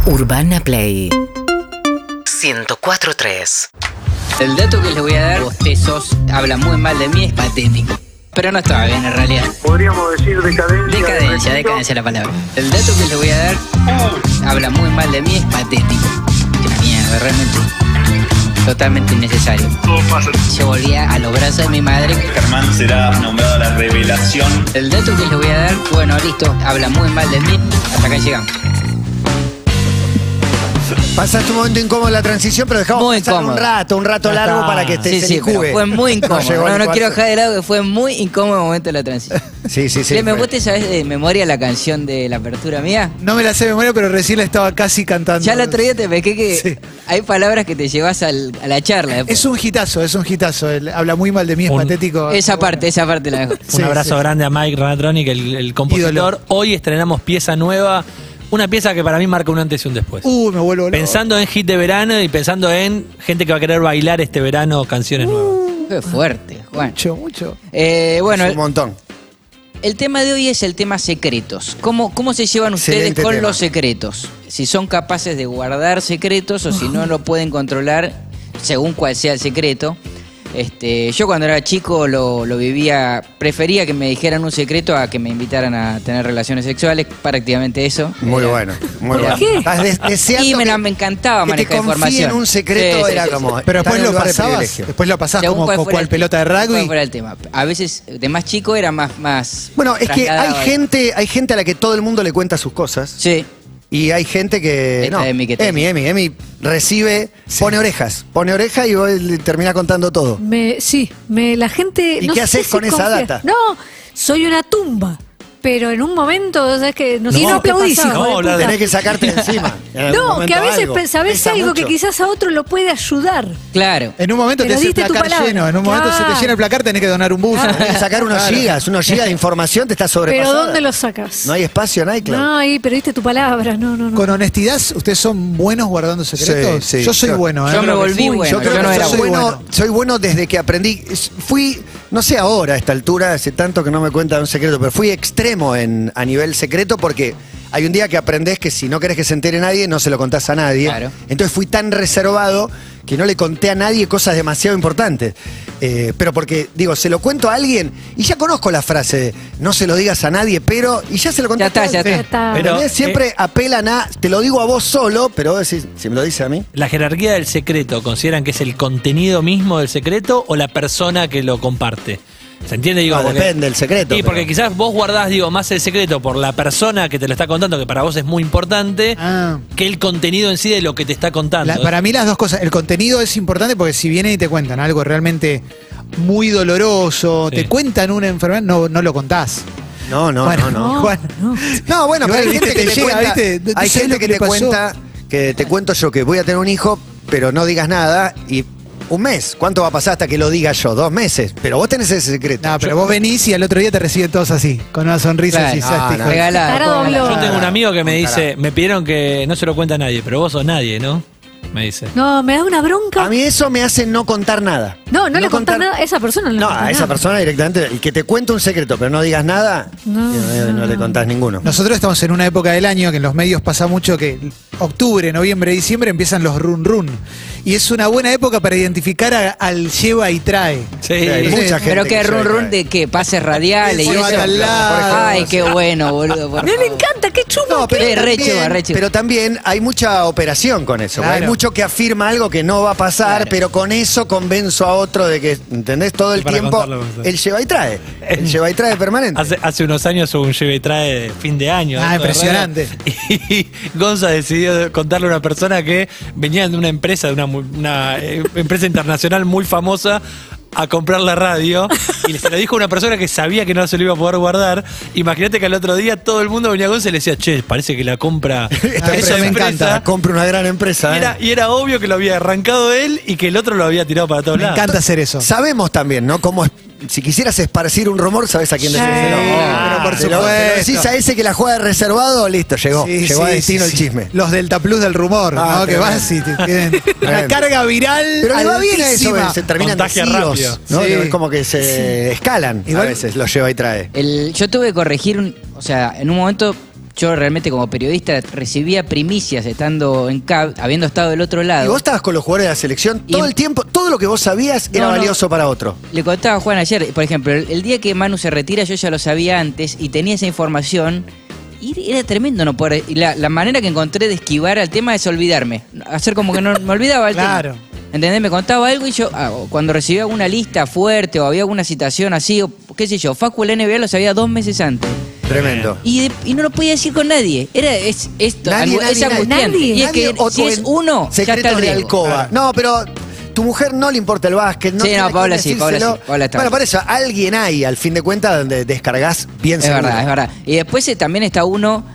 Urbana Play 104.3. El dato que les voy a dar, bostezos, habla muy mal de mí, es patético. Pero no estaba bien en realidad. Podríamos decir decadencia. Decadencia es la palabra. El dato que les voy a dar, habla muy mal de mí, es patético. Una mierda, realmente. Totalmente innecesario. Todo pasa. Yo volvía a los brazos de mi madre. Germán será nombrado la revelación. El dato que les voy a dar, bueno, listo, habla muy mal de mí. Hasta acá llegamos. Pasaste un momento incómodo en la transición, pero dejamos Muy pasar incómodo. un rato largo para que Sí, se sí, licúe. pero fue muy incómodo. llegó No, el quiero cuarto. dejar de lado que fue muy incómodo el momento de la transición. Sí. ¿Me fue. gusta, sabes de memoria la canción de la apertura mía? No me la sé de memoria, pero recién la estaba casi cantando. Ya el otro día te pesqué que Sí. hay palabras que te llevas a la charla después. Es un hitazo. Habla muy mal de mí, es patético. Esa parte la dejo. Sí, Un abrazo sí. grande a Mike Ranatronic, el compositor. Ídolo. Hoy estrenamos pieza nueva, una pieza que para mí marca un antes y un después. Me vuelvo loco. Pensando en hit de verano y pensando en gente que va a querer bailar este verano canciones nuevas. Fue fuerte, Juan. Mucho. Bueno, Es un montón. el tema de hoy es el tema secretos. ¿Cómo se llevan ustedes Excelente con tema. los secretos? Si son capaces de guardar secretos o si no lo pueden controlar según cuál sea el secreto. Yo cuando era chico lo vivía, prefería que me dijeran un secreto a que me invitaran a tener relaciones sexuales, prácticamente eso. Muy Era- bueno, muy ¿Por bueno. qué? Estás deseando Y me que- encantaba que te manejar confíen información. un secreto, Sí, era sí, como... Pero estar después en lo un lugar de pasabas. privilegio. Después lo pasabas Según como fuera cual el- pelota de cuál rugby. fuera el tema. A veces de más chico era más Bueno, es que hay trasladado. gente a la que todo el mundo le cuenta sus cosas. Sí. Y hay gente que. Esta No, Emi que te- Emi recibe, pone orejas y vos le termina contando todo. La gente. ¿Y no qué sé haces si con esa confía. data? No, soy una tumba. Pero en un momento, ¿sabes qué? No sé Y qué no aplaudís, pasaba, no, hijo de la puta. Tenés que sacarte de encima. En algún No, momento que a veces algo. sabés Pesa algo que mucho. quizás a otro lo puede ayudar. Claro. En un momento Pero te hace el diste tu placar palabra. lleno. En un momento se te Claro. llena el placar, tenés que donar un bus. Tenés que sacar unos gigas de información, te está sobrepasando. Pero ¿dónde lo sacas? No hay espacio en iCloud. No, ahí, pero diste tu palabra. No. Con honestidad, ¿ustedes son buenos guardando secretos? Sí, sí. Yo soy bueno. Yo me Creo que volví sí. bueno. Yo creo no que era soy bueno desde que aprendí. Fui, no sé ahora a esta altura, hace tanto que no me cuentan un secreto, pero fui extremo a nivel secreto porque hay un día que aprendés que si no querés que se entere nadie, no se lo contás a nadie. Claro. Entonces fui tan reservado que no le conté a nadie cosas demasiado importantes. Pero porque, digo, se lo cuento a alguien y ya conozco la frase de no se lo digas a nadie, pero... Y ya se lo conté Ya a está, todos. ya Ya está. está. Pero- ¿Entendés? Siempre apelan a... Te lo digo a vos solo, pero vos decís, si me lo dice a mí... ¿La jerarquía del secreto consideran que es el contenido mismo del secreto o la persona que lo comparte? ¿Se entiende? Digo, No, porque- depende del secreto. Sí, porque pero- quizás vos guardás, más el secreto por la persona que te lo está contando, que para vos es muy importante, Ah. que el contenido en sí de lo que te está contando. Para mí las dos cosas. El contenido es importante porque si vienen y te cuentan algo realmente muy doloroso, Sí. te cuentan una enfermedad, no lo contás. No. Juan. No, bueno, pero hay Igual, gente viste, que te te llega, cuenta, viste, no hay sé gente lo que que le te pasó. cuenta, que te cuento yo que voy a tener un hijo, pero no digas nada y un mes. ¿Cuánto va a pasar hasta que lo diga yo? 2 meses. Pero vos tenés ese secreto. No, pero vos venís y al otro día te reciben todos así, con una sonrisa Claro. así. No, ¿sabes? no. Regalada. Cara dobló. Yo tengo un amigo que me Con dice, cara. me pidieron que no se lo cuente a nadie, pero vos sos nadie, ¿no? Me dice. No, me da una bronca. A mí eso me hace no contar nada. No le contás contar- nada a esa persona. No, contás a esa nada. persona directamente. El que te cuenta un secreto, pero no digas nada, no le contás ninguno. Nosotros estamos en una época del año que en los medios pasa mucho que octubre, noviembre, diciembre empiezan los run run. Y es una buena época para identificar al lleva y trae. Sí. Hay Sí. mucha gente Pero que se run run trae. de qué, pases radiales y Se eso. va a tal lado. Ay, qué bueno, boludo. por Me favor. encanta, qué chulo. No, pero Sí, re también, chuba, re chuba. pero también hay mucha operación con eso. Claro. Hay mucho que afirma algo que no va a pasar, Claro. pero con eso convenzo a otro de que, ¿entendés? Todo el Para tiempo, contarlo, contarlo. el lleva y trae. El lleva y trae permanente. Hace unos años hubo un lleve y trae de fin de año. Ah, esto de impresionante. radio. Y Gonza decidió contarle a una persona que venía de una empresa, de una empresa internacional muy famosa, a comprar la radio y se lo dijo a una persona que sabía que no se lo iba a poder guardar. Imagínate que al otro día todo el mundo venía a Gonza y le decía, che, parece que la compra Esta eso me encanta. Compra una gran empresa. Y era obvio que lo había arrancado él y que el otro lo había tirado para todos Me lados. encanta hacer eso. Sabemos también, ¿no? Cómo si quisieras esparcir un rumor, sabes a quién Sí, decírselo. pero por Te lo supuesto. decís a ese que la juega de reservado, listo, llegó. Sí, llegó a sí, destino sí, el sí. chisme. Los Delta Plus del rumor, Ah, ¿no? Que tremendo. vas y te tienen una Tremendo. carga viral. Pero le va bien a eso, altísima. se terminan de Contagia CEOs, rápido. ¿no? Sí. Es como que se escalan Igual- a veces, los lleva y trae. Yo tuve que corregir, o sea, en un momento yo realmente como periodista recibía primicias estando en CAB, habiendo estado del otro lado. Y vos estabas con los jugadores de la selección Y todo en- el tiempo, todo lo que vos sabías era No, no. valioso para otro. Le contaba a Juan ayer, por ejemplo, el día que Manu se retira, yo ya lo sabía antes y tenía esa información. Y era tremendo no poder. Y la manera que encontré de esquivar al tema es olvidarme. Hacer como que no me olvidaba el Claro. tema. ¿Entendés? Me contaba algo y yo, cuando recibía alguna lista fuerte o había alguna citación así, o qué sé yo, Facu la NBA lo sabía 2 meses antes. Tremendo. Y no lo podía decir con nadie. Es esto, Nadie, es nadie, angustiante. nadie. Y es Nadie, que o si tu es uno, ya está secretos el de riesgo. alcoba. No, pero tu mujer no le importa el básquet. No Sí, tiene no, a quién Paula sí, Paula decírselo. sí, Paula está Bueno, bien. por eso, alguien hay, al fin de cuentas, donde descargas bien Es seguro. verdad, es verdad. Y después también está uno,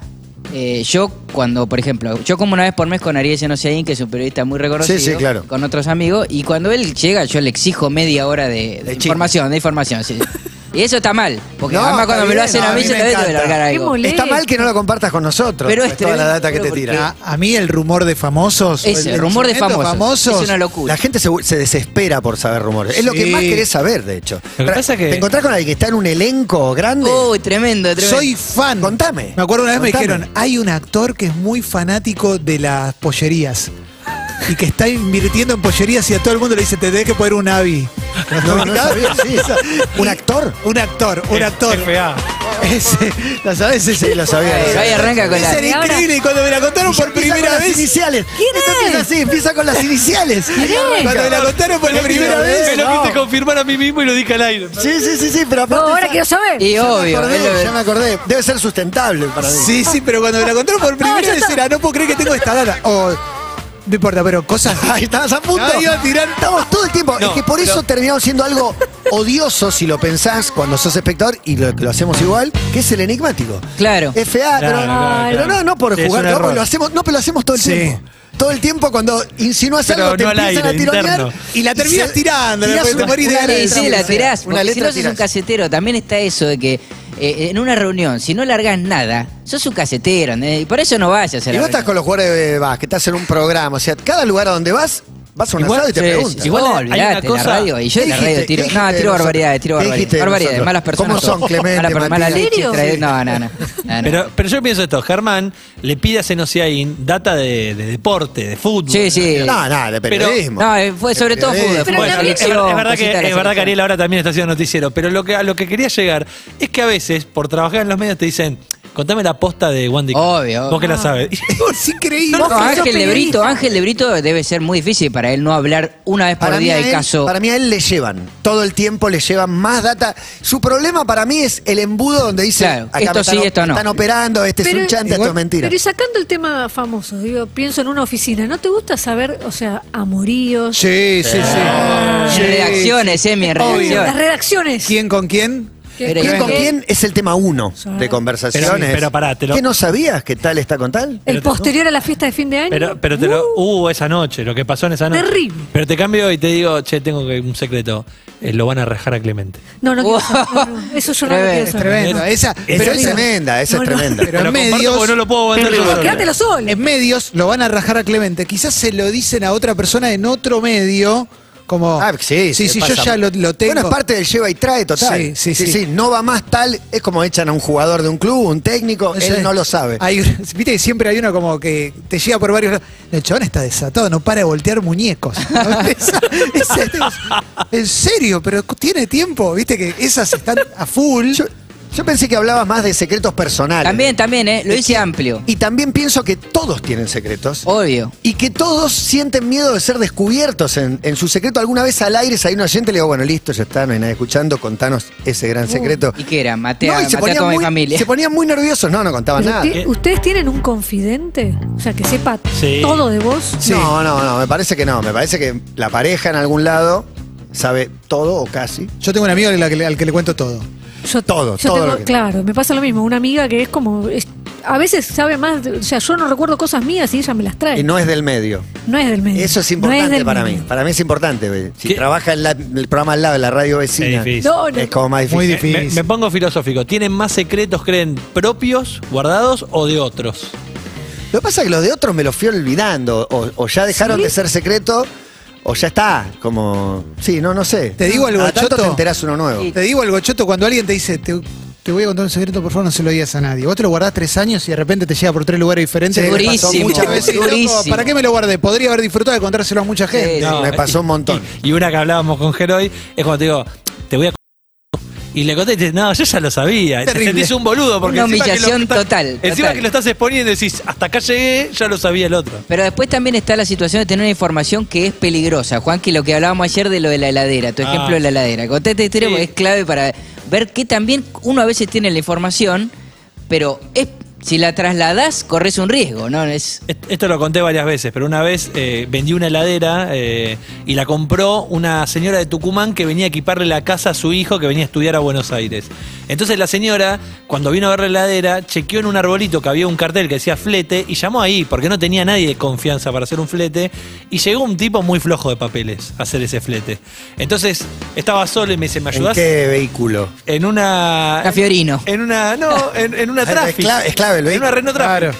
yo cuando, por ejemplo, yo como una vez por mes con Ariel Senosiaín, que es un periodista muy reconocido, Sí, sí, claro. con otros amigos, y cuando él llega yo le exijo media hora de información, sí. Y eso está mal, porque No, además está cuando me lo bien, hacen no, a a mí mí yo me te tengo que encanta. largar Qué algo. molesto. Está mal que no lo compartas con nosotros. Pero es pues, toda la tremendo, data que te porque- tira. A mí el rumor de famosos. Ese, el rumor de famosos, es una locura. La gente se desespera por saber rumores. Es lo que Sí. más querés saber, de hecho. Lo que pasa es que- ¿Te encontrás con alguien que está en un elenco grande? Uy, tremendo, tremendo. Soy fan. Contame. Me acuerdo una vez me Contame. dijeron, hay un actor que es muy fanático de las pollerías. Y que está invirtiendo en pollerías y a todo el mundo le dice, te tenés que poner un Avi. No sabía, sí. ¿Un actor? Un actor. FA. Ese, ¿lo sabes? Ese Sí, lo sabía. Ahí arranca con la... Ese era increíble y cuando me la contaron por Empieza primera con las vez. iniciales. ¿Quién Esto es? empieza así, empieza con las iniciales. Cuando me la contaron por la primera vez. Me lo quise confirmar a mí mismo y lo dije al aire. Sí, pero No, aparte... ahora quiero saber. Y obvio. Ya me acordé. Debe ser sustentable para mí. Sí, pero cuando me la contaron por primera ya vez está. era, no puedo creer que tengo esta data. No importa, pero cosas. Ahí estabas a punto. Ahí iba a tirar. Estamos todo el tiempo. No, es que por eso terminamos siendo algo odioso si lo pensás cuando sos espectador y lo hacemos igual, que es el enigmático. Claro. FA, Claro, pero no por Sí, es jugar, un no, porque error. pero lo hacemos todo el Sí. tiempo. Todo el tiempo cuando insinúas Pero algo te no al empiezan aire, a tironear interno. Y la terminas tirando, tirás después te morís de una ganas de letra, Sí, la o sea, tirás. una Porque letra si no sos tirás. un casetero, también está eso de que en una reunión, si no largás nada, sos un casetero. ¿entendés? Y por eso no vayas a Y la vos estás reunión. con los jugadores de básquet, estás en un programa, o sea, cada lugar a donde vas a un Igual- asado y te Sí, preguntan. sí, Igual no, hay una olvidate, cosa- la radio. Y yo en la radio tiro. No, tiro barbaridades, ¿Qué dijiste de barbaridades, nosotros? malas personas. ¿Cómo son, todos. Clemente, Mala Matías? leche, ¿En serio? no. Pero yo pienso esto, Germán le pide a Senosiaín data de deporte, de fútbol. Sí, sí. No, de periodismo. No, fue sobre todo fútbol. Pero Bueno, también- es verdad que, cositas de la es verdad que selección. Ariel ahora también está haciendo noticiero, pero a lo que quería llegar es que a veces, por trabajar en los medios, te dicen, contame la posta de Wandy. Obvio. Vos que la sabes. Es increíble. No, Vos que sos Ángel de Brito debe ser muy difícil para él no hablar una vez por día del caso. Para mí a él le llevan, todo el tiempo le llevan más data. Su problema para mí es el embudo donde dice, Claro, acá esto me están, sí, esto no. están operando, este es un chanta, esto es mentira. Pero y sacando el tema famoso, digo, pienso en una oficina, ¿no te gusta saber, o sea, amoríos? Sí. En redacciones, en Las redacciones. redacciones. ¿Quién con quién? Pero- ¿Quién con quién es el tema uno Sí. de conversaciones? Pero pará, ¿Qué no sabías que tal está con tal? El posterior a la fiesta de fin de año. Pero te lo. Esa noche, lo que pasó en esa noche. Terrible. Pero te cambio y te digo, che, tengo un secreto. Lo van a rajar a Clemente. No, quiero saber, no. Eso yo no lo quiero Es saber. tremendo. Esa, Pero es esa- tremenda, esa No, es no. tremenda. Pero en lo comparto medios. porque no lo puedo aguantar yo No, solo. quédatelo solo. En medios lo van a rajar a Clemente. Quizás se lo dicen a otra persona en otro medio. Como, Sí, yo pasa. ya lo tengo. Bueno, es parte del lleva y trae total. Sí. No va más tal, es como echan a un jugador de un club, un técnico, No sé. él no lo sabe. Viste que siempre hay uno como que te llega por varios lados. El chabón está desatado, no para de voltear muñecos. ¿no? En serio, pero tiene tiempo. Viste que esas están a full. Yo pensé que hablabas más de secretos personales. También, lo hice amplio. Y también pienso que todos tienen secretos. Obvio. Y que todos sienten miedo de ser descubiertos en su secreto. Alguna vez al aire salió un oyente y le digo, bueno, listo, ya está, no hay nadie escuchando, contanos ese gran secreto. ¿Y qué era? Maté No, y a toda mi familia. se ponían muy nerviosos, no contaban Pero nada. ¿Ustedes tienen un confidente? O sea, que sepa Sí. todo de vos. Sí. No, me parece que no. Me parece que la pareja en algún lado sabe todo o casi. Yo tengo un amigo al que le cuento todo. Yo, Todo yo tengo- lo que- Claro, me pasa lo mismo. Una amiga que es como. A veces sabe más. O sea, yo no recuerdo cosas mías y ella me las trae. Y no es del medio. No es del medio. Eso es No importante del para medio. mí. Para mí es importante. güey. Si ¿Qué? trabaja en el programa al lado de la radio vecina, Es difícil. No, no. es como más difícil. Muy difícil. Me pongo filosófico. ¿Tienen más secretos, creen, propios, guardados o de otros? Lo que pasa es que los de otros me los fui olvidando. O ya dejaron ¿Sí? de ser secreto, o ya está. Como. Sí, no sé. Te digo algo, Cada tanto Choto. te enterás uno nuevo. Sí. Te digo algo, Choto, cuando alguien te dice, te te voy a contar un secreto, por favor, no se lo digas a nadie. Vos te lo guardás 3 años y de repente te llega por 3 lugares diferentes. Sí, Me pasó durísimo, muchas veces. Loco, durísimo. ¿para qué me lo guardé? Podría haber disfrutado de contárselo a mucha gente. Sí. Me pasó un montón. Y una que hablábamos con Geroy es cuando te digo, te voy a... Y le conté y te dices, no, yo ya lo sabía. Terrible. Te sentís un boludo porque Una encima que humillación total, Encima total. que lo estás exponiendo y decís, hasta acá llegué, ya lo sabía el otro. Pero después también está la situación de tener una información que es peligrosa. Juanqui, lo que hablábamos ayer de lo de la heladera, tu ejemplo de la heladera. Conté esta historia Sí. porque es clave para ver que también uno a veces tiene la información, pero si la trasladás, corres un riesgo, ¿no? Esto lo conté varias veces, pero una vez vendí una heladera y la compró una señora de Tucumán que venía a equiparle la casa a su hijo que venía a estudiar a Buenos Aires. Entonces la señora, cuando vino a ver la heladera, chequeó en un arbolito que había un cartel que decía flete y llamó ahí porque no tenía nadie de confianza para hacer un flete y llegó un tipo muy flojo de papeles a hacer ese flete. Entonces estaba solo y me dice, ¿me ¿En ayudás? qué vehículo? En una... Una Fiorino. En una... No, en una Es Traffic. es clave el En vehículo. una Renault Traffic.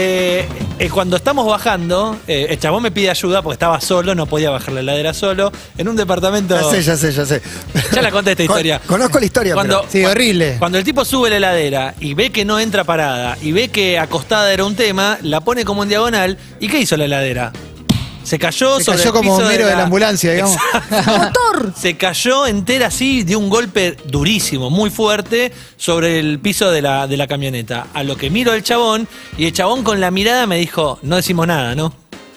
Claro. Cuando estamos bajando, el chabón me pide ayuda porque estaba solo, no podía bajar la heladera solo, en un departamento... Ya sé. Ya la conté esta historia. Conozco la historia, Cuando, Sí, horrible. Cuando el tipo sube la heladera y ve que no entra parada y ve que acostada era un tema, la pone como en diagonal. ¿Y qué hizo la heladera? Se cayó Se sobre cayó el como piso Homero de la ambulancia, digamos. ¡Motor! Se cayó entera así, dio un golpe durísimo, muy fuerte, sobre el piso de la camioneta. A lo que miro al chabón, y el chabón con la mirada me dijo, no decimos nada, ¿no?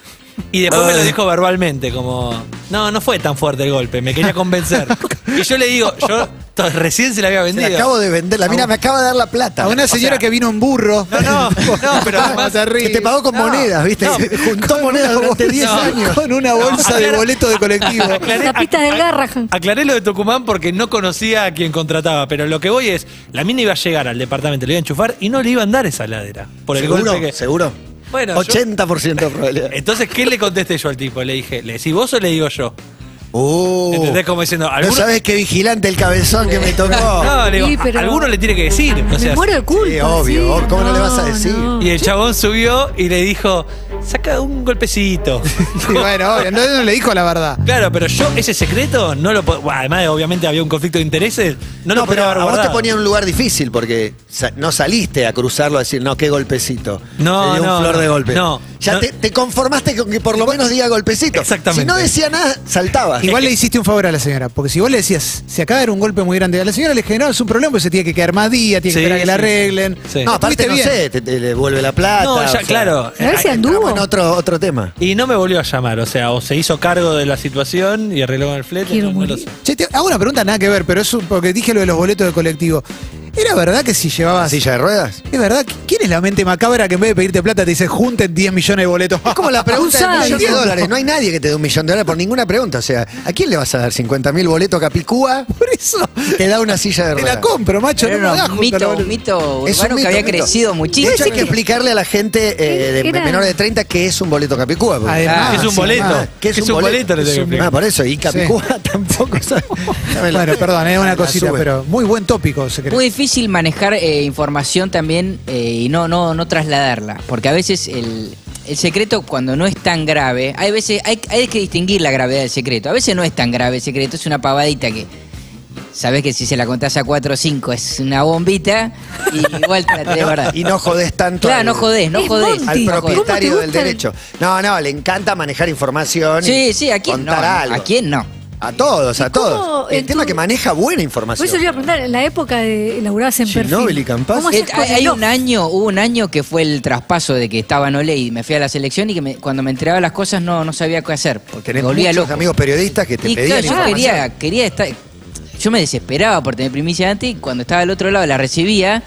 Y después me lo dijo verbalmente, como, no fue tan fuerte el golpe, me quería convencer. Y yo le digo, recién se la había Se vendido. la acabo de vender. La mina me acaba de dar la plata. A una señora que vino en burro. No, pero además... Que te pagó con monedas, ¿viste? No. Juntó monedas durante 10 No. años. Con una bolsa de aclara- boleto de colectivo. Tapitas del Garrahan. Aclaré lo de Tucumán porque no conocía a quien contrataba, pero lo que voy es, la mina iba a llegar al departamento, le iba a enchufar y no le iban a dar esa heladera. Por el ¿Seguro? golpe que... ¿Seguro? Bueno, 80% de probabilidad. Entonces, ¿qué le contesté yo al tipo? Le dije, ¿le decís vos o le digo yo? ¿Entendés? Como diciendo, No ¿alguno? sabes qué vigilante el cabezón que me tocó. No, le digo, Sí, pero- alguno le tiene que decir. O sea, Me muero de culpa. Sí, obvio. ¿Cómo no le vas a decir? y el chabón subió y le dijo, saca un golpecito. Sí, bueno, obvio, no le dijo la verdad. Claro, pero yo ese secreto no lo puedo... Bueno, además, obviamente había un conflicto de intereses. No lo No, podía pero haber a vos te guardado. ponía en un lugar difícil porque no saliste a cruzarlo a decir, no, qué golpecito. No, Te dio no, un flor no, de golpe. no, Ya no. te conformaste con que por lo menos diga golpecito. Exactamente. Si no decía nada, saltabas. Igual le hiciste un favor a la señora, porque si vos le decías, se acaba de dar un golpe muy grande, a la señora le generaba es un problema, porque se tiene que quedar más días, tiene que Sí, esperar que la sí, arreglen. sí. No, aparte Estuviste no bien. sé, te devuelve la plata. No, ya, o sea, claro. A ver si entramos anduvo. en otro tema. Y no me volvió a llamar, o sea, o se hizo cargo de la situación y arregló con el flete. Quiero no lo morir. sé. Che, te hago una pregunta nada que ver, pero es porque dije lo de los boletos de colectivo. ¿Era verdad que si llevabas... ¿Silla de ruedas? ¿Es verdad? ¿Quién es la mente macabra que en vez de pedirte plata te dice junten 10 millones de boletos? Es como la pregunta del Usado. millón de dólares. No hay nadie que te dé $1 millón por ninguna pregunta. O sea, ¿a quién le vas a dar 50.000 boletos Capicúa? Por eso Y te da una silla de te ruedas. la compro, macho. Era no me hagas un juntar mito, los un mito Es un urbano que mito, había mito. crecido De muchísimo. hecho, hay que explicarle a la gente de Era- menores de 30 qué es un boleto Capicúa. porque- Además, ¿Qué es un sí, boleto? además. ¿Qué es un boleto? le tengo que explicar. Por eso, y Capicúa tampoco sabe. Bueno, perdón, es una La cosita, sube. pero muy buen tópico, se cree. Muy difícil manejar información también y no trasladarla. Porque a veces el secreto, cuando no es tan grave, hay veces hay que distinguir la gravedad del secreto. A veces no es tan grave el secreto, es una pavadita que sabés que si se la contás a 4 o 5 es una bombita y igual te la tenés guardada. Y no jodés tanto Claro, no jodés. Es al Monty. ¿Cómo te propietario del gusta el- derecho. No, le encanta manejar información. y Sí, ¿a quién no? contar algo. ¿A quién no? A todos, a ¿Y cómo todos. El en tema tu- que maneja buena Por información. eso le iba a preguntar, en la época de laburabas en Ginóbili, perfil. Campazzo. ¿Cómo hacías con Hay el un año, hubo un año que fue el traspaso de que estaba Nole y me fui a la selección y que cuando me entregaba las cosas no sabía qué hacer. Porque Tenés me volvía muchos loco. amigos periodistas que te Y pedían claro, yo información. quería estar. Yo me desesperaba por tener primicia antes y cuando estaba del otro lado la recibía.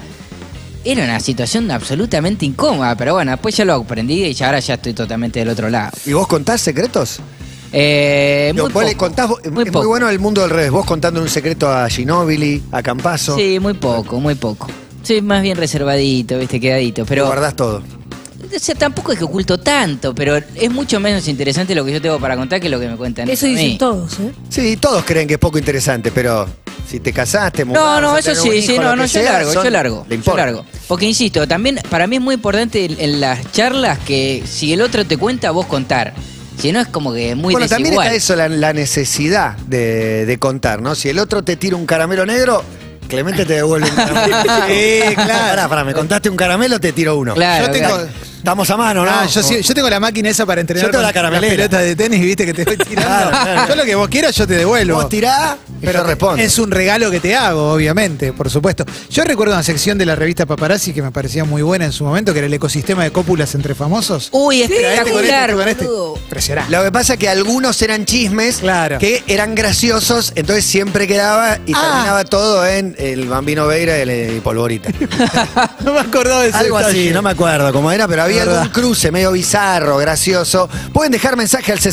Era una situación absolutamente incómoda, pero bueno, después ya lo aprendí y ya ahora ya estoy totalmente del otro lado. ¿Y vos contás secretos? Muy Vos le poco, contás, es muy poco. bueno el mundo del revés. Vos contando un secreto a Ginóbili, a Campazzo, Sí, muy poco, muy poco. Soy más bien reservadito, viste, quedadito. pero Pero guardás todo. o sea, tampoco es que oculto tanto, pero es mucho menos interesante lo que yo tengo para contar que lo que me cuentan. Eso a mí. dicen todos, ¿eh? Sí, todos creen que es poco interesante, pero si te casaste, No, vas a eso tener sí, un sí, hijo, no, lo no, que yo sea, largo, son- yo largo, le yo importa. largo. Porque insisto, también para mí es muy importante en las charlas que si el otro te cuenta, vos contar. Si no es como que muy Bueno, también desigual. está eso, la necesidad de contar, ¿no? Si el otro te tira un caramelo negro, Clemente te devuelve un caramelo. Sí, claro. Pará, me contaste un caramelo, te tiro uno. Claro, Yo tengo, claro. Estamos a mano, ¿no? yo tengo la máquina esa para entrenar Yo tengo con la caramelera. las pelotas de tenis, viste que te voy tirando. Claro. Yo lo que vos quieras, yo te devuelvo. Vos tirá y Pero yo respondo. es un regalo que te hago, obviamente, por supuesto. Yo recuerdo una sección de la revista Paparazzi que me parecía muy buena en su momento, que era el ecosistema de cópulas entre famosos. Uy, Mira, espectacular, con este. boludo. Impresionante. Lo que pasa es que algunos eran chismes Claro. que eran graciosos, entonces siempre quedaba y terminaba todo en el Bambino Veira y Polvorita. No me acordaba de ese Algo así, detalle. no me acuerdo cómo era, pero había Es verdad. algún cruce medio bizarro, gracioso. Pueden dejar mensaje al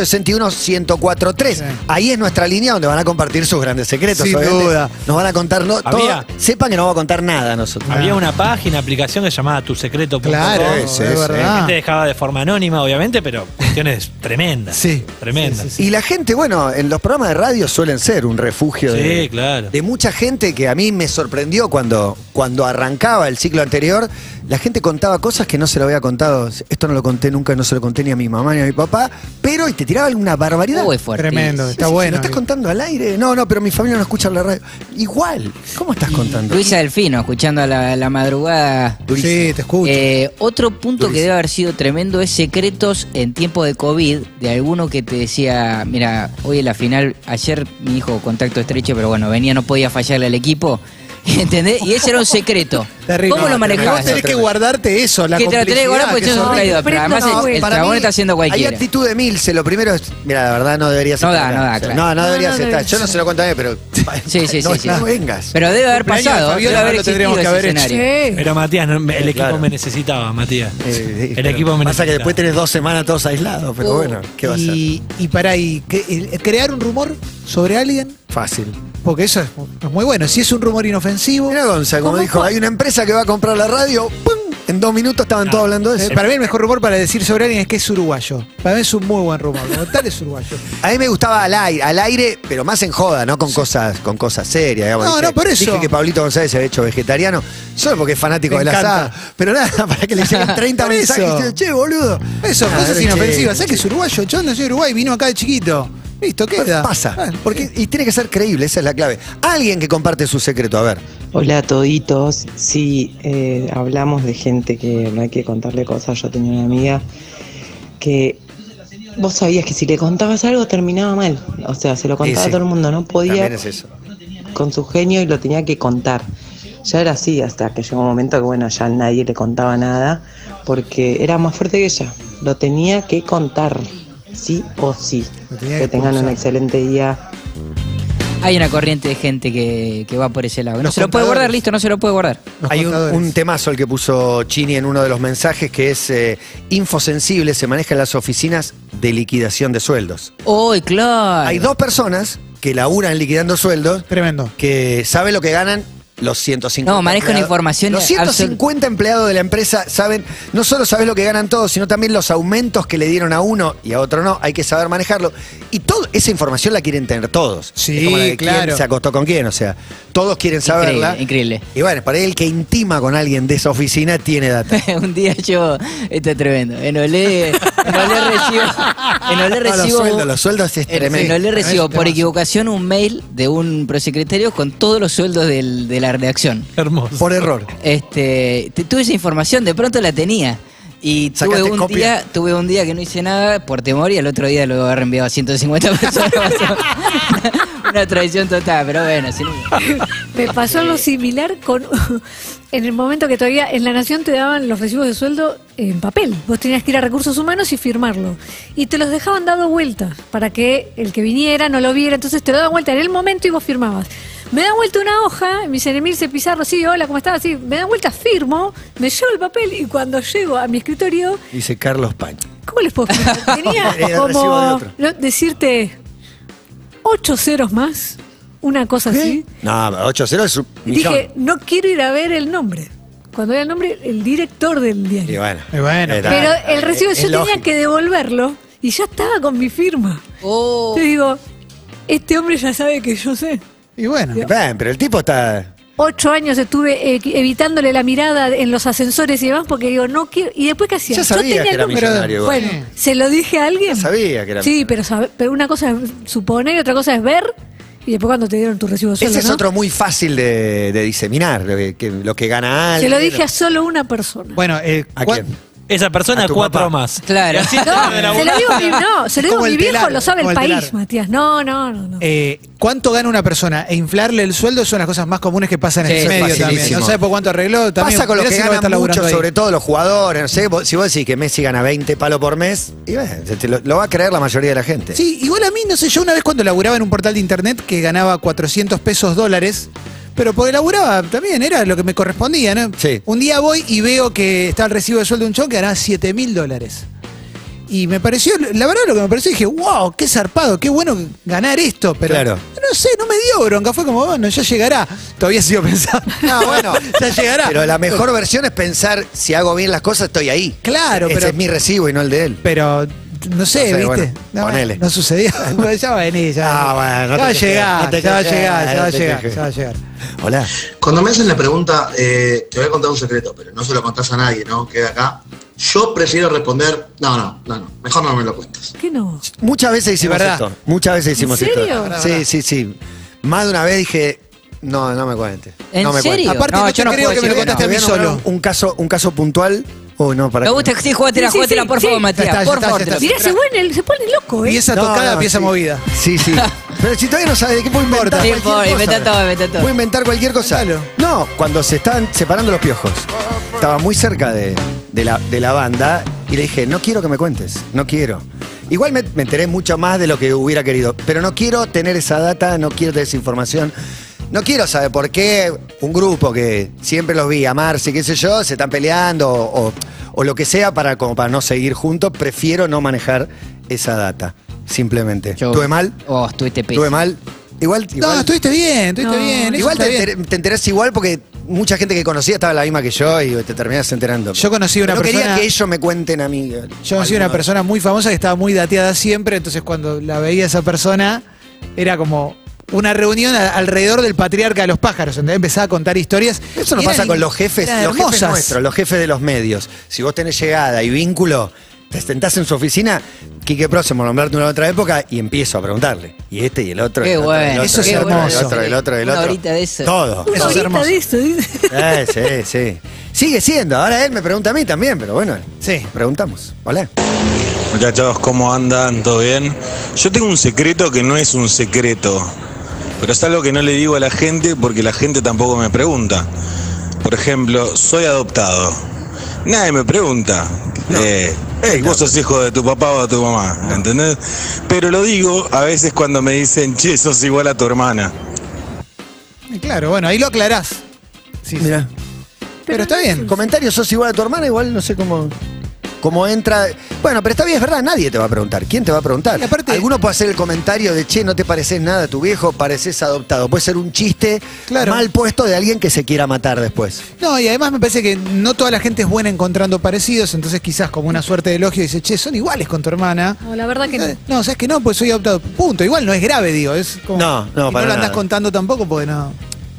6861-1043. Sí. Ahí es nuestra línea donde van a compartir sus grandes secretos. Sin obviamente. duda. Nos van a contar todo. Había- Sepan que no vamos a contar nada nosotros. Había una página, aplicación que se llamaba tusecreto.com. Claro, Sí, es sí, La verdad. gente dejaba de forma anónima, obviamente, pero cuestiones tremendas. Sí. Tremendas. Sí, sí, Y la gente, bueno, en los programas de radio suelen ser un refugio Sí, claro. de mucha gente que a mí me sorprendió cuando arrancaba el ciclo anterior. La gente contaba cosas que no se lo había contado. Esto no lo conté nunca, no se lo conté ni a mi mamá ni a mi papá. Pero y te tiraba alguna barbaridad. Uy, fuerte. Tremendo, Sí, está sí, bueno. ¿Lo estás contando al aire? No, pero mi familia no escucha la radio. Igual, ¿cómo estás contando? Luisa Delfino, escuchando a la madrugada. Sí, te escucho. Otro punto que debe haber sido tremendo es secretos en tiempo de COVID, de alguno que te decía, mira, hoy en la final, ayer mi hijo contacto estrecho, pero bueno, venía, no podía fallarle al equipo, ¿entendés? Y ese era un secreto. Terrible. ¿Cómo lo Vos manejabas? tenés que guardarte eso, la Que te la tenés que guardar porque complicidad, sos un que traidor, pero además No, el para chabón mí está haciendo Hay cualquiera. actitud de Milce. Lo primero es, mira, la verdad no debería ser. No da, claro. No debería No, ser. no, Yo no se lo contaré, pero. Sí, sí, no, sí, sí. No vengas. Pero debe haber Cumpleaños de pasado, Fabiola, debe haber lo tendríamos existido que ese haber hecho. escenario. Sí. Pero Matías, el equipo claro. me necesitaba, Matías. El pero equipo me pasa que necesitaba. después tenés 2 semanas todos aislados, pero bueno, ¿qué va a ser? Y para ahí, crear un rumor sobre alguien, Fácil. porque eso es muy bueno. Si es un rumor inofensivo. Mira, Gonza, como ¿Cómo dijo, fue? hay una empresa que va a comprar la radio, ¡pum! En 2 minutos estaban todos hablando de eso. Para mí el mejor rumor para decir sobre alguien es que es uruguayo. Para mí es un muy buen rumor. Como tal es uruguayo. A mí me gustaba al aire, pero más en joda, no con cosas serias. Digamos. No, no, por eso. Dije que Pablito González se había hecho vegetariano, solo porque es fanático Me del encanta. asado. Pero nada, para que le lleguen 30 Por mensajes y eso. dice, che, boludo. Eso, Ah, cosas pero inofensivas. che, ¿Sabes que es uruguayo? Yo nací en Uruguay, vino acá de chiquito. Listo, queda. Pasa. Bueno, Porque, y tiene que ser creíble, esa es la clave. Alguien que comparte su secreto, a ver. Hola toditos, sí, hablamos de gente que no hay que contarle cosas. Yo tenía una amiga que vos sabías que si le contabas algo terminaba mal, o sea, se lo contaba Sí, a todo el mundo, no podía También es eso. con su genio y lo tenía que contar. Ya era así hasta que llegó un momento que bueno, ya nadie le contaba nada porque era más fuerte que ella, lo tenía que contar, sí o sí. Lo tenía Que que tengan un expulsar. excelente día. Hay una corriente de gente que va por ese lado. No Los se lo puede contadores. guardar, listo, no se lo puede guardar. los Hay contadores. un temazo el que puso Chini en uno de los mensajes que es infosensible, se maneja en las oficinas de liquidación de sueldos. ¡Uy, claro! Hay 2 personas que laburan liquidando sueldos Tremendo. que saben lo que ganan los 150. No, manejan empleados. información Los absoluta. 150 empleados de la empresa saben, no solo sabes lo que ganan todos, sino también los aumentos que le dieron a uno y a otro no. Hay que saber manejarlo. Y toda esa información la quieren tener todos. Sí, Es como la de quién claro. se acostó con quién, o sea, todos quieren saberla. Increíble. Y bueno, para el que intima con alguien de esa oficina tiene data. Un día yo, esto es tremendo, en Olé recibo, Los sueldos es en tremendo. Olé recibo Es por temazo. equivocación un mail de un prosecretario con todos los sueldos de la redacción. Hermoso. Por error. Tuve esa información, de pronto la tenía. Y ¿Sacaste copia? tuve un día que no hice nada por temor y al otro día lo había reenviado a 150 personas. Una traición total, pero bueno. Me pasó algo similar con en el momento que todavía en La Nación te daban los recibos de sueldo en papel. Vos tenías que ir a Recursos Humanos y firmarlo. Y te los dejaban dado vuelta para que el que viniera no lo viera. Entonces te lo daban vuelta en el momento y vos firmabas. Me dan vuelta una hoja, y me dicen, Emilce Pizarro, sí, hola, ¿cómo estás? Sí, me dan vuelta, firmo, me llevo el papel y cuando llego a mi escritorio, Dice Carlos Paño. ¿cómo les puedo explicar? Tenía Era el recibo de como, otro. decirte, 8 ceros más, una cosa así. No, 8-0 es un millón. Dije, no quiero ir a ver el nombre. Cuando era el nombre, el director del Y diario. bueno. Y bueno. Era- Pero el recibo es yo tenía lógico. que devolverlo y ya estaba con mi firma. Oh. Te digo, este hombre ya sabe que yo sé. Y bueno. Ven, pero el tipo está. 8 años estuve evitándole la mirada en los ascensores y demás porque digo, no quiero. ¿Y después qué hacía? Ya sabía tenía que el era número. millonario igual. Bueno, ¿se lo dije a alguien? Ya sabía que era Sí, millonario. pero una cosa es suponer y otra cosa es ver. Y después cuando te dieron tu recibo de sueldo, Ese es ¿no? otro muy fácil de diseminar, lo que gana Se alguien. lo dije a solo una persona. Bueno, ¿A quién? Esa persona, A tu 4 papá. más. Claro. Y así No, termina de se lo digo a mi, no, se lo digo Como a mi el viejo, telar, lo sabe como el el país, telar. Matías. No. ¿Cuánto gana una persona? E inflarle el sueldo son las cosas más comunes que pasan en Sí, el medio facilísimo. también. No sabe por cuánto arregló. También, Pasa con los mirá que si no va a estar ganan mucho, laburando ahí. sobre todo los jugadores. No sé, si vos decís que Messi gana 20 palos por mes, y bueno, lo va a creer la mayoría de la gente. Sí, igual a mí, no sé, yo una vez cuando laburaba en un portal de internet que ganaba $400, pero porque laburaba también, era lo que me correspondía, ¿no? Sí. Un día voy y veo que está el recibo de sueldo de un chon que ganaba $7.000. Y me pareció, la verdad lo que me pareció, dije, wow, qué zarpado, qué bueno ganar esto, pero Claro. no sé, no me dio bronca, fue como, bueno, ya llegará. Todavía sigo pensando. No, bueno, ya llegará. Pero la mejor versión es pensar, si hago bien las cosas, estoy ahí. Claro, Ese pero- es mi recibo y no el de él. Pero, no sé, No sé, ¿viste? bueno, no, ponele. no sucedió. Bueno, ya va a venir, ya. Ah, bueno, no ya va a te quejes, llegar, no te ya va a quejes, llegar, ya va a no te llegar, quejes. ya va a llegar. Hola. Cuando me hacen la pregunta, te voy a contar un secreto, pero no se lo contás a nadie, ¿no? Queda acá. Yo prefiero responder, no, mejor no me lo cuentas. ¿Qué no? Muchas veces hicimos verdad. esto. Muchas veces hicimos ¿En serio? esto. Sí. Más de una vez dije, no me cuentes. ¿En no me serio? cuentes. Aparte, no yo te no creo puedo que me lo decir contaste a mí Te voy a nombrar solo. un caso puntual. Uy, no, para Me gusta que sí, jugátela, Sí, jugátela, por sí. favor, Matías. Ya está, por ya está, favor. ya te lo está. pido. Mirá, se pone loco, ¿eh? Pieza tocada, pieza sí. movida. Sí. Pero si todavía no sabes de qué puedo inventar. No cualquier importa, cosa. inventa todo. Puedo inventar cualquier cosa. Inventalo. No, cuando se estaban separando los piojos. Estaba muy cerca de la banda y le dije, no quiero que me cuentes, no quiero. Igual me enteré mucho más de lo que hubiera querido, pero no quiero tener esa data, no quiero tener esa información. No quiero saber por qué un grupo que siempre los vi amarse, qué sé yo, se están peleando o lo que sea para no seguir juntos. Prefiero no manejar esa data, simplemente. ¿Estuve mal? Oh, estuviste pésimo. ¿Estuve mal? Igual. No, estuviste bien, No. bien. eso Igual está bien. te enterás igual porque mucha gente que conocía estaba la misma que yo y te terminás enterando. Yo conocí una no quería persona- que ellos me cuenten a mí. Yo conocí una persona muy famosa que estaba muy dateada siempre, entonces cuando la veía esa persona, era como una reunión alrededor del patriarca de los pájaros, ¿entendés? Empezaba a contar historias. Eso nos Y pasa eran- con los jefes, eran los jefes hermosas. nuestros, los jefes de los medios. Si vos tenés llegada y vínculo, te sentás en su oficina, Quique Próximo, nombrarte una otra época, y empiezo a preguntarle. Y este y el otro. Qué y el otro, y el bueno, otro, eso es y el otro, y el hermoso. otro, y el otro, y el Una otro. horita de eso. Todo. Una Eso es horita hermoso. de esto, dice. Sí. Sigue siendo. Ahora él me pregunta a mí también, pero bueno. Sí. Preguntamos. Hola. Muchachos, ¿cómo andan? ¿Todo bien? Yo tengo un secreto que no es un secreto, pero es algo que no le digo a la gente porque la gente tampoco me pregunta. Por ejemplo, soy adoptado. Nadie me pregunta. Vos sos hijo de tu papá o de tu mamá, ¿entendés? Pero lo digo a veces cuando me dicen, che, sos igual a tu hermana. Claro, bueno, ahí lo aclarás. Sí, sí. Mira. Pero está bien. Comentarios, sos igual a tu hermana, igual no sé cómo entra. Bueno, pero está bien, es verdad, nadie te va a preguntar. ¿Quién te va a preguntar? Y aparte- Alguno puede hacer el comentario de, che, no te pareces nada a tu viejo, pareces adoptado. Puede ser un chiste Claro. mal puesto de alguien que se quiera matar después. No, y además me parece que no toda la gente es buena encontrando parecidos, entonces quizás como una suerte de elogio dice, che, son iguales con tu hermana. No, la verdad que no. No, sabes que no, pues soy adoptado. Punto. Igual no es grave, digo. Es como, No, no, y para no lo andás nada. contando tampoco porque no.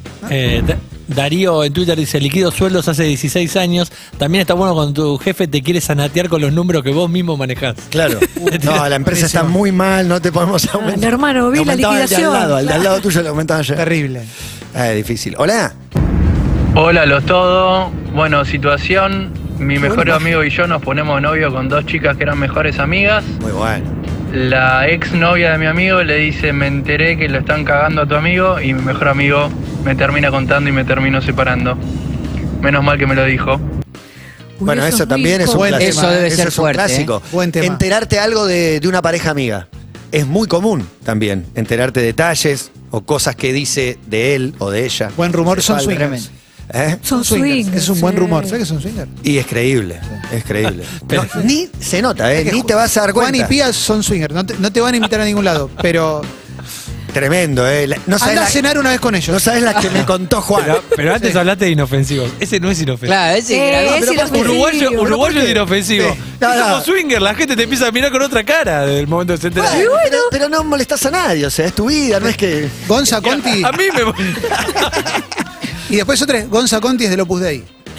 Darío en Twitter dice, liquido sueldos hace 16 años. También está bueno cuando tu jefe te quiere sanatear con los números que vos mismo manejás. Claro. No, la empresa está muy mal, no te podemos aumentar. el hermano, vi Le la aumentaban liquidación. Al de al lado tuyo le aumentaban ya. Terrible. Difícil. Hola. Hola, los todo. Bueno, situación. Mi mejor amigo y yo nos ponemos novio con dos chicas que eran mejores amigas. Muy bueno. La ex novia de mi amigo le dice, me enteré que lo están cagando a tu amigo, y mi mejor amigo me termina contando y me termino separando. Menos mal que me lo dijo. Bueno, Uy, eso es muy también es un buen clásico. tema. Eso debe Eso ser es un fuerte, clásico. Buen tema. Enterarte algo de una pareja amiga. Es muy común también. Enterarte detalles o cosas que dice de él o de ella. Buen rumor, son Falta. swingers. ¿Eh? Son swingers. Es un buen sí. rumor. ¿Sabes que son swingers? Y es creíble. Es creíble. Pero- No, ni se nota, Es que ni te vas a dar cuenta. Juan y Pía son swingers. No te van a invitar a ningún lado. Pero Tremendo, No anda sabes, a cenar una vez con ellos. no sabes la que me contó Juan. Pero antes hablaste de inofensivos. Ese no es inofensivo. Claro, ese es grave. es inofensivo. Uruguayo es inofensivo. Sí. No, Es no. como swinger, la gente te empieza a mirar con otra cara del momento de se entera. Bueno, pero no molestas a nadie, o sea, es tu vida, no es que. Gonza Conti. A mí me... Y después otra es Gonza Conti es del Opus Dei.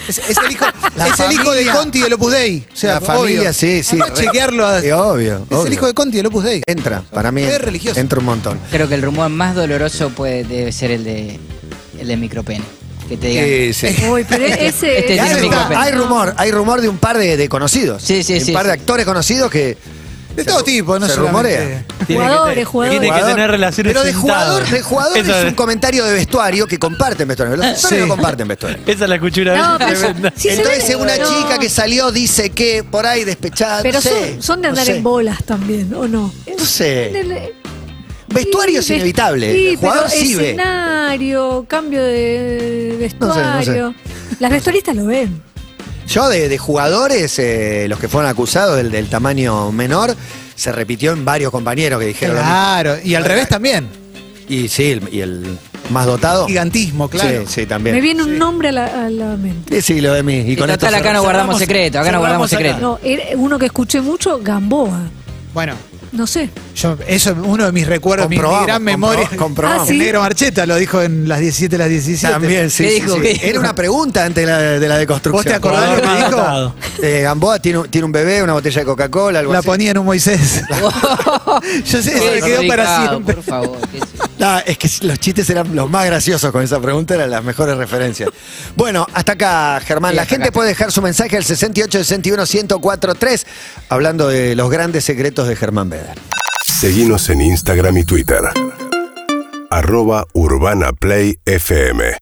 Es el hijo, La es el hijo de familia- Conti del Opus Dei. O sea, La familia, obvio. sí. Vamos a chequearlo. Sí, obvio. Es el hijo de Conti del Opus Dei. Entra, para mí. Es religioso. Entra un montón. Creo que el rumor más doloroso debe ser el de micropene. Que te digan. Sí. Uy, pero ese. Este Y tiene ahí está, micropene. hay rumor de un par de conocidos. Sí, sí, Un sí, par de sí. actores conocidos que De todo tipo, no se solamente. rumorea. Jugadores. Tiene que tener relaciones Pero de sentados. jugador Eso es un comentario de vestuario que comparten vestuario. Los actores no comparten vestuario. Esa la escuché una vez. No, pero tremenda. sí se Entonces ve- una no. chica que salió dice que por ahí despechada. Pero no sé, son de no andar sé. en bolas también, ¿o no? No sé. Vestuario es Sí, inevitable. Sí, El jugador pero sí ve. escenario, cambio de vestuario. Las vestuaristas lo ven. Yo de jugadores, los que fueron acusados del tamaño menor, se repitió en varios compañeros que dijeron lo mismo. Claro, y al revés también. Y sí, y el más dotado. Gigantismo, claro. Sí, sí, también. Me viene un nombre a la mente. Sí, lo de mí. Y Y con esto total, acá no guardamos secretos, acá no guardamos secretos. No, uno que escuché mucho, Gamboa. Bueno, No sé. eso es uno de mis recuerdos, mi gran memoria. comprobamos. Ah, ¿sí? El negro Marcheta lo dijo en las 17, las 17. También, sí. ¿Qué sí, dijo? sí. ¿Qué dijo? Era una pregunta antes de la deconstrucción. ¿Vos te acordás lo que Jugador dijo? dotado. Gamboa tiene un bebé, una botella de Coca-Cola, algo La así. ponía en un Moisés. Yo sé, eso me quedó para Complicado, siempre. Por favor. No, es que los chistes eran los más graciosos con esa pregunta, eran las mejores referencias. Bueno, hasta acá, Germán. Sí, La hasta gente acá. puede dejar su mensaje al 6861-1043, hablando de los grandes secretos de Germán Beder. Seguinos en Instagram y Twitter. @UrbanaPlayFM